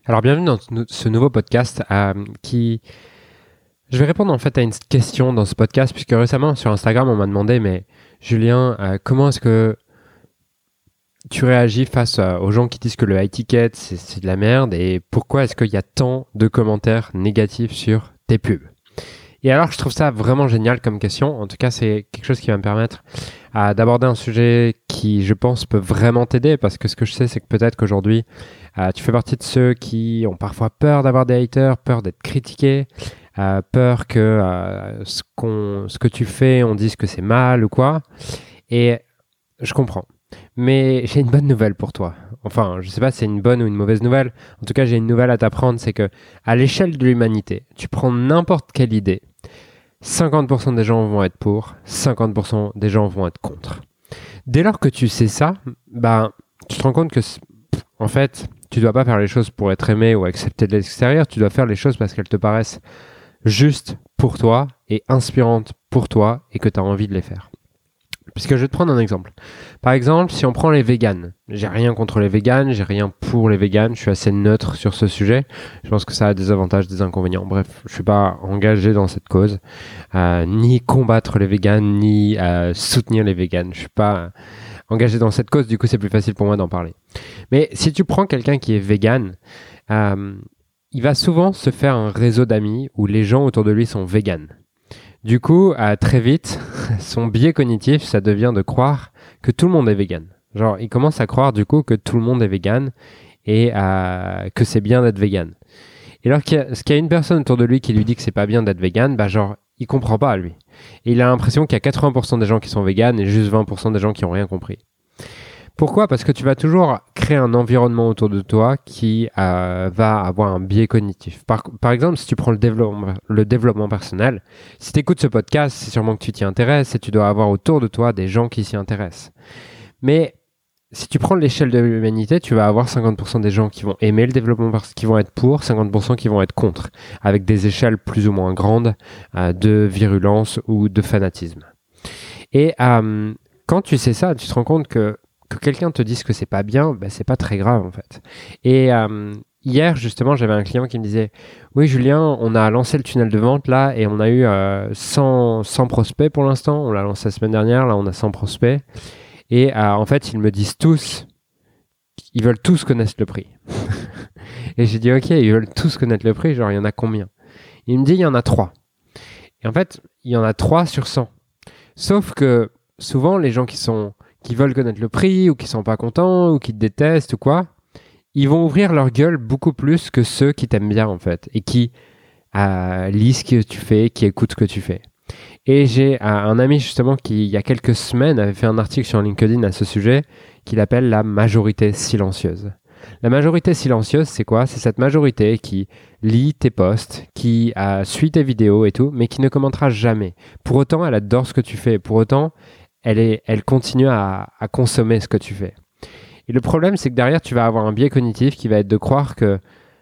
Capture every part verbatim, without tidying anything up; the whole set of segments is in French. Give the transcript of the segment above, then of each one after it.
Alors bienvenue dans ce nouveau podcast euh, qui... Je vais répondre en fait à une question dans ce podcast puisque récemment sur Instagram on m'a demandé mais Julien, euh, comment est-ce que tu réagis face euh, aux gens qui disent que le high ticket c'est, c'est de la merde et pourquoi est-ce qu'il y a tant de commentaires négatifs sur tes pubs? Et alors je trouve ça vraiment génial comme question. En tout cas c'est quelque chose qui va me permettre euh, d'aborder un sujet qui je pense peut vraiment t'aider parce que ce que je sais c'est que peut-être qu'aujourd'hui euh, tu fais partie de ceux qui ont parfois peur d'avoir des haters, peur d'être critiqués, euh, peur que euh, ce, qu'on, ce que tu fais on dise que c'est mal ou quoi. Et je comprends. Mais j'ai une bonne nouvelle pour toi. Enfin, je sais pas si c'est une bonne ou une mauvaise nouvelle. En tout cas, j'ai une nouvelle à t'apprendre, c'est que à l'échelle de l'humanité, tu prends n'importe quelle idée, cinquante pour cent des gens vont être pour, cinquante pour cent des gens vont être contre. Dès lors que tu sais ça, bah, tu te rends compte que, en fait, tu dois pas faire les choses pour être aimé ou accepté de l'extérieur, tu dois faire les choses parce qu'elles te paraissent justes pour toi et inspirantes pour toi et que tu as envie de les faire. Puisque je vais te prendre un exemple. Par exemple, si on prend les véganes, j'ai rien contre les véganes, j'ai rien pour les véganes, je suis assez neutre sur ce sujet. Je pense que ça a des avantages, des inconvénients. Bref, je suis pas engagé dans cette cause, euh, ni combattre les véganes, ni euh, soutenir les véganes. Je suis pas engagé dans cette cause, du coup c'est plus facile pour moi d'en parler. Mais si tu prends quelqu'un qui est végane, euh, il va souvent se faire un réseau d'amis où les gens autour de lui sont véganes. Du coup, euh, très vite, son biais cognitif, ça devient de croire que tout le monde est vegan. Genre, il commence à croire du coup que tout le monde est vegan et euh, que c'est bien d'être vegan. Et alors qu'il y a, qu'il y a une personne autour de lui qui lui dit que c'est pas bien d'être vegan, bah genre, il comprend pas lui. Et il a l'impression qu'il y a quatre-vingts pour cent des gens qui sont vegan et juste vingt pour cent des gens qui ont rien compris. Pourquoi ? Parce que tu vas toujours créer un environnement autour de toi qui euh, va avoir un biais cognitif. Par, par exemple, si tu prends le développement, le développement personnel, si tu écoutes ce podcast, c'est sûrement que tu t'y intéresses et tu dois avoir autour de toi des gens qui s'y intéressent. Mais si tu prends l'échelle de l'humanité, tu vas avoir cinquante pour cent des gens qui vont aimer le développement, qui vont être pour, cinquante pour cent qui vont être contre, avec des échelles plus ou moins grandes euh, de virulence ou de fanatisme. Et euh, quand tu sais ça, tu te rends compte que que quelqu'un te dise que c'est pas bien, ben c'est pas très grave en fait. Et euh, hier justement, j'avais un client qui me disait « Oui Julien, on a lancé le tunnel de vente là et on a eu euh, cent, cent prospects pour l'instant. On l'a lancé la semaine dernière, là on a cent prospects. Et euh, en fait, ils me disent tous, ils veulent tous connaître le prix. » Et j'ai dit « Ok, ils veulent tous connaître le prix, genre il y en a combien ?» Il me dit « Il y en a trois. » Et en fait, il y en a trois sur cent. Sauf que souvent, les gens qui sont qui veulent connaître le prix ou qui sont pas contents ou qui te détestent ou quoi, ils vont ouvrir leur gueule beaucoup plus que ceux qui t'aiment bien en fait et qui euh, lisent ce que tu fais, qui écoutent ce que tu fais. Et j'ai euh, un ami justement qui il y a quelques semaines avait fait un article sur LinkedIn à ce sujet qu'il appelle la majorité silencieuse. La majorité silencieuse, c'est quoi ? C'est cette majorité qui lit tes posts, qui euh, suit tes vidéos et tout, mais qui ne commentera jamais. Pour autant, elle adore ce que tu fais. Pour autant, Elle, est, elle continue à, à consommer ce que tu fais. Et le problème, c'est que derrière, tu vas avoir un biais cognitif qui va être de croire que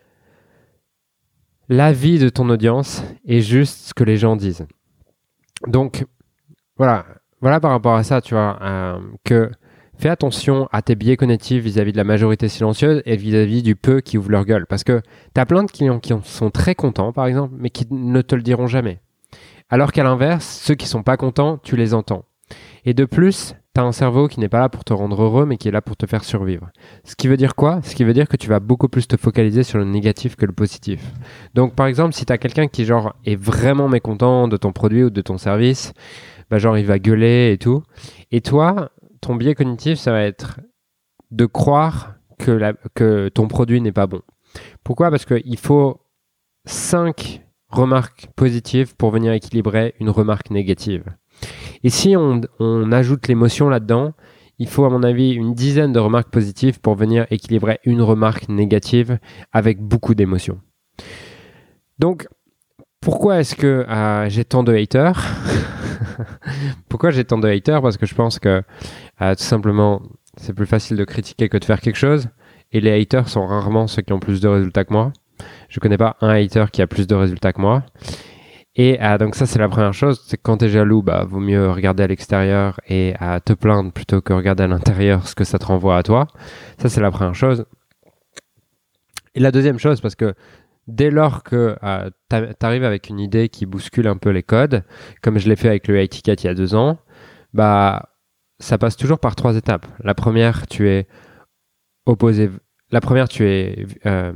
l'avis de ton audience est juste ce que les gens disent. Donc, voilà, voilà par rapport à ça, tu vois, euh, que fais attention à tes biais cognitifs vis-à-vis de la majorité silencieuse et vis-à-vis du peu qui ouvre leur gueule. Parce que tu as plein de clients qui sont très contents, par exemple, mais qui ne te le diront jamais. Alors qu'à l'inverse, ceux qui sont pas contents, tu les entends. Et de plus, tu as un cerveau qui n'est pas là pour te rendre heureux, mais qui est là pour te faire survivre. Ce qui veut dire quoi ? Ce qui veut dire que tu vas beaucoup plus te focaliser sur le négatif que le positif. Donc, par exemple, si tu as quelqu'un qui genre est vraiment mécontent de ton produit ou de ton service, bah genre il va gueuler et tout. Et toi, ton biais cognitif, ça va être de croire que, la, que ton produit n'est pas bon. Pourquoi ? Parce qu'il faut cinq remarques positives pour venir équilibrer une remarque négative. Et si on, on ajoute l'émotion là-dedans, il faut à mon avis une dizaine de remarques positives pour venir équilibrer une remarque négative avec beaucoup d'émotion. Donc, pourquoi est-ce que euh, j'ai tant de haters ? Pourquoi j'ai tant de haters ? Parce que je pense que euh, tout simplement, c'est plus facile de critiquer que de faire quelque chose. Et les haters sont rarement ceux qui ont plus de résultats que moi. Je connais pas un hater qui a plus de résultats que moi. Et euh, donc ça, c'est la première chose, c'est que quand t'es jaloux, bah vaut mieux regarder à l'extérieur et euh, te plaindre plutôt que regarder à l'intérieur ce que ça te renvoie à toi. Ça, c'est la première chose. Et la deuxième chose, parce que dès lors que euh, tu arrives avec une idée qui bouscule un peu les codes, comme je l'ai fait avec le Etiquette il y a deux ans, bah, ça passe toujours par trois étapes. La première, tu es opposé. La première, tu es, euh,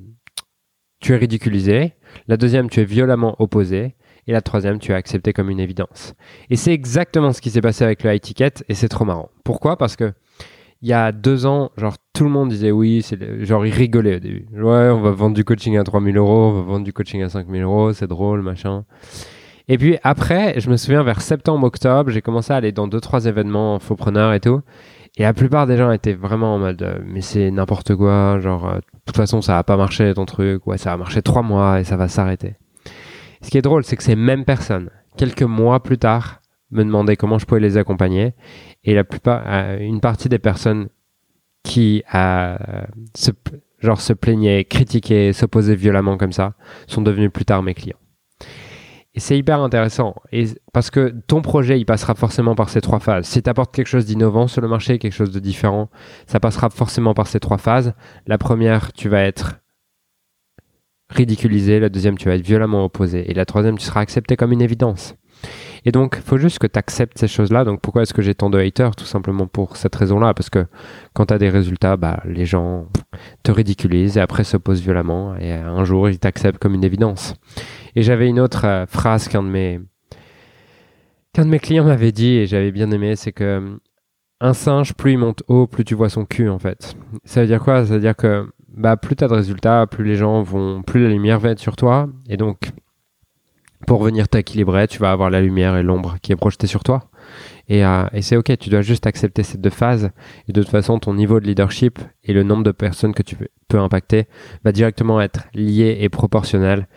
tu es ridiculisé. La deuxième, tu es violemment opposé. Et la troisième, tu es accepté comme une évidence. Et c'est exactement ce qui s'est passé avec le Etiquette et c'est trop marrant. Pourquoi ? Parce que il y a deux ans, genre tout le monde disait oui, c'est le... genre ils rigolaient au début. Ouais, on va vendre du coaching à trois mille euros, on va vendre du coaching à cinq mille euros, c'est drôle, machin. Et puis après, je me souviens vers septembre-octobre, j'ai commencé à aller dans deux trois événements infopreneurs et tout. Et la plupart des gens étaient vraiment en mode euh, mais c'est n'importe quoi, genre euh, de toute façon ça va pas marcher ton truc, ouais ça va marcher trois mois et ça va s'arrêter. Ce qui est drôle, c'est que ces mêmes personnes, quelques mois plus tard, me demandaient comment je pouvais les accompagner. Et la plupart, euh, une partie des personnes qui euh, se, genre, se plaignaient, critiquaient, s'opposaient violemment comme ça, sont devenus plus tard mes clients. Et c'est hyper intéressant et parce que ton projet, il passera forcément par ces trois phases. Si tu apportes quelque chose d'innovant sur le marché, quelque chose de différent, ça passera forcément par ces trois phases. La première, tu vas être ridiculisé. La deuxième, tu vas être violemment opposé. Et la troisième, tu seras accepté comme une évidence. Et donc, il faut juste que tu acceptes ces choses-là. Donc, pourquoi est-ce que j'ai tant de haters ? Tout simplement pour cette raison-là. Parce que quand tu as des résultats, bah, les gens te ridiculisent et après s'opposent violemment. Et un jour, ils t'acceptent comme une évidence. Et j'avais une autre euh, phrase qu'un de mes, qu'un de mes clients m'avait dit et j'avais bien aimé, c'est que un singe, plus il monte haut, plus tu vois son cul, en fait. Ça veut dire quoi ? Ça veut dire que bah, plus tu as de résultats, plus les gens vont, plus la lumière va être sur toi. Et donc, pour venir t'équilibrer, tu vas avoir la lumière et l'ombre qui est projetée sur toi. Et, euh, et c'est OK, tu dois juste accepter ces deux phases. Et de toute façon, ton niveau de leadership et le nombre de personnes que tu peux, peux impacter va directement être lié et proportionnel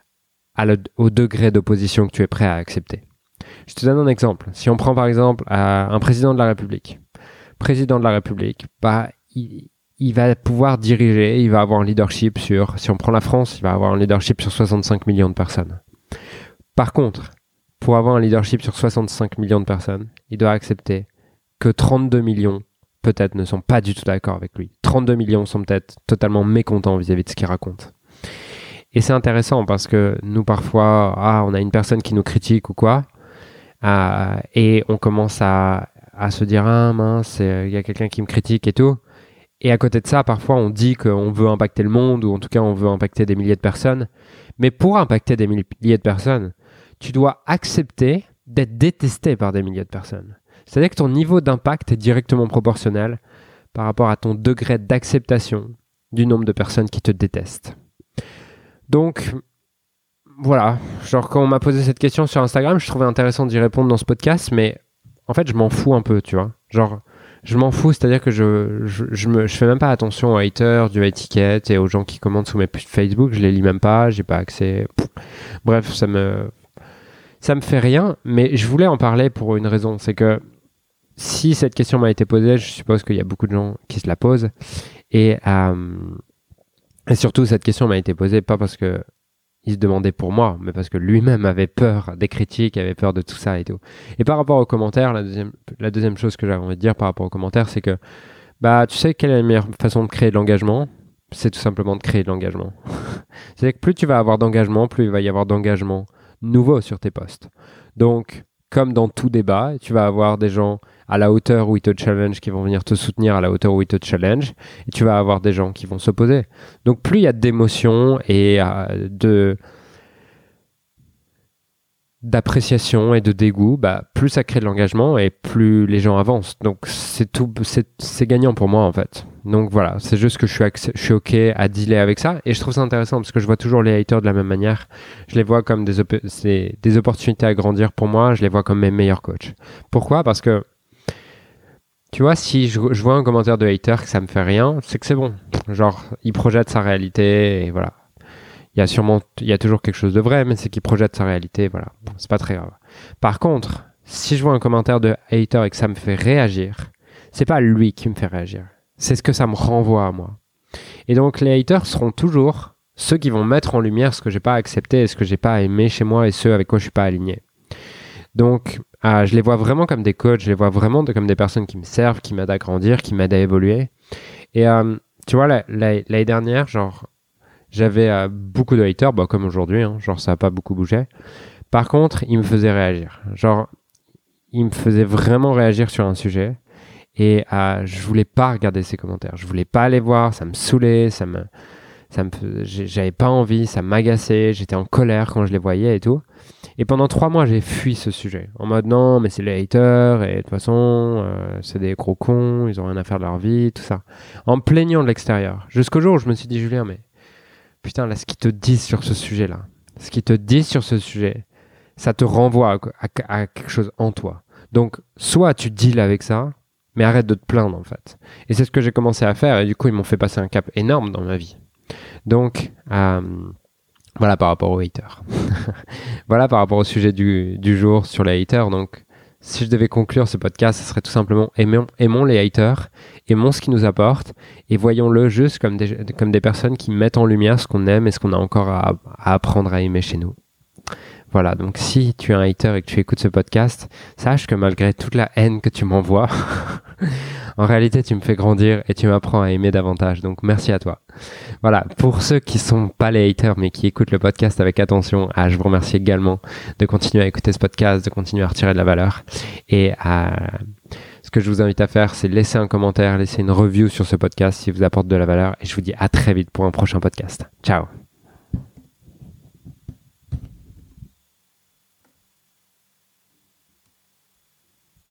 à le, au degré d'opposition que tu es prêt à accepter. Je te donne un exemple. Si on prend par exemple euh, un président de la République. Président de la République, bah, il, il va pouvoir diriger, il va avoir un leadership sur, si on prend la France, il va avoir un leadership sur soixante-cinq millions de personnes. Par contre, pour avoir un leadership sur soixante-cinq millions de personnes, il doit accepter que trente-deux millions peut-être ne sont pas du tout d'accord avec lui. trente-deux millions sont peut-être totalement mécontents vis-à-vis de ce qu'il raconte. Et c'est intéressant parce que nous parfois, ah, on a une personne qui nous critique ou quoi, euh, et on commence à, à se dire ah mince, il y a quelqu'un qui me critique et tout. Et à côté de ça, parfois on dit qu'on veut impacter le monde ou en tout cas on veut impacter des milliers de personnes. Mais pour impacter des milliers de personnes, tu dois accepter d'être détesté par des milliers de personnes. C'est-à-dire que ton niveau d'impact est directement proportionnel par rapport à ton degré d'acceptation du nombre de personnes qui te détestent. Donc, voilà. Genre, quand on m'a posé cette question sur Instagram, je trouvais intéressant d'y répondre dans ce podcast, mais en fait, je m'en fous un peu, tu vois. Genre, je m'en fous, c'est-à-dire que je, je, je, me, je fais même pas attention aux haters, du Etiquette et aux gens qui commentent sous mes posts Facebook, je les lis même pas, j'ai pas accès. Pff. Bref, ça me, ça me fait rien, mais je voulais en parler pour une raison, c'est que si cette question m'a été posée, je suppose qu'il y a beaucoup de gens qui se la posent, et, euh, et surtout cette question m'a été posée pas parce que il se demandait pour moi, mais parce que lui-même avait peur des critiques, avait peur de tout ça et tout. Et par rapport aux commentaires, la deuxième, la deuxième chose que j'avais envie de dire par rapport aux commentaires, c'est que, bah, tu sais quelle est la meilleure façon de créer de l'engagement ? C'est tout simplement de créer de l'engagement. C'est que plus tu vas avoir d'engagement, plus il va y avoir d'engagement nouveau sur tes posts. Donc, comme dans tout débat, tu vas avoir des gens à la hauteur où ils te challenge qui vont venir te soutenir à la hauteur où ils te challenge, et tu vas avoir des gens qui vont s'opposer. Donc plus il y a d'émotions et euh, de d'appréciation et de dégoût, bah, plus ça crée de l'engagement et plus les gens avancent. Donc c'est tout, c'est, c'est gagnant pour moi en fait. Donc voilà, c'est juste que je suis, accès, je suis ok à dealer avec ça et je trouve ça intéressant parce que je vois toujours les haters de la même manière. Je les vois comme des, op- c'est des opportunités à grandir pour moi, je les vois comme mes meilleurs coachs. Pourquoi ? Parce que tu vois, si je, je vois un commentaire de hater que ça me fait rien, c'est que c'est bon. Genre, il projette sa réalité et voilà. Il y a sûrement, il y a toujours quelque chose de vrai, mais c'est qu'il projette sa réalité, voilà. Bon, c'est pas très grave. Par contre, si je vois un commentaire de hater et que ça me fait réagir, c'est pas lui qui me fait réagir. C'est ce que ça me renvoie à moi. Et donc, les haters seront toujours ceux qui vont mettre en lumière ce que j'ai pas accepté et ce que j'ai pas aimé chez moi et ceux avec quoi je suis pas aligné. Donc, euh, je les vois vraiment comme des coachs, je les vois vraiment de, comme des personnes qui me servent, qui m'aident à grandir, qui m'aident à évoluer. Et euh, tu vois, la, la, l'année dernière, genre, j'avais euh, beaucoup de haters, bah, comme aujourd'hui, hein, genre ça n'a pas beaucoup bougé. Par contre, ils me faisaient réagir. Genre, ils me faisaient vraiment réagir sur un sujet et euh, je voulais pas regarder ces commentaires. Je voulais pas aller voir, ça me saoulait, ça me, ça me, j'avais pas envie, ça m'agaçait, j'étais en colère quand je les voyais et tout. Et pendant trois mois, j'ai fui ce sujet. En mode non, mais c'est les haters, et de toute façon, euh, c'est des gros cons, ils ont rien à faire de leur vie, tout ça. En me plaignant de l'extérieur. Jusqu'au jour où je me suis dit, Julien, mais putain, là, ce qu'ils te disent sur ce sujet-là, ce qu'ils te disent sur ce sujet, ça te renvoie à, à, à quelque chose en toi. Donc, soit tu deals avec ça, mais arrête de te plaindre, en fait. Et c'est ce que j'ai commencé à faire, et du coup, ils m'ont fait passer un cap énorme dans ma vie. Donc, euh, voilà par rapport aux haters. Voilà par rapport au sujet du, du jour sur les haters. Donc, si je devais conclure ce podcast, ce serait tout simplement aimons, aimons les haters, aimons ce qu'ils nous apportent et voyons-le juste comme des, comme des personnes qui mettent en lumière ce qu'on aime et ce qu'on a encore à, à apprendre à aimer chez nous. Voilà, donc si tu es un hater et que tu écoutes ce podcast, sache que malgré toute la haine que tu m'envoies, en réalité, tu me fais grandir et tu m'apprends à aimer davantage. Donc, merci à toi. Voilà, pour ceux qui sont pas les haters mais qui écoutent le podcast avec attention, ah, je vous remercie également de continuer à écouter ce podcast, de continuer à retirer de la valeur. Et euh, ce que je vous invite à faire, c'est laisser un commentaire, laisser une review sur ce podcast si vous apporte de la valeur. Et je vous dis à très vite pour un prochain podcast. Ciao.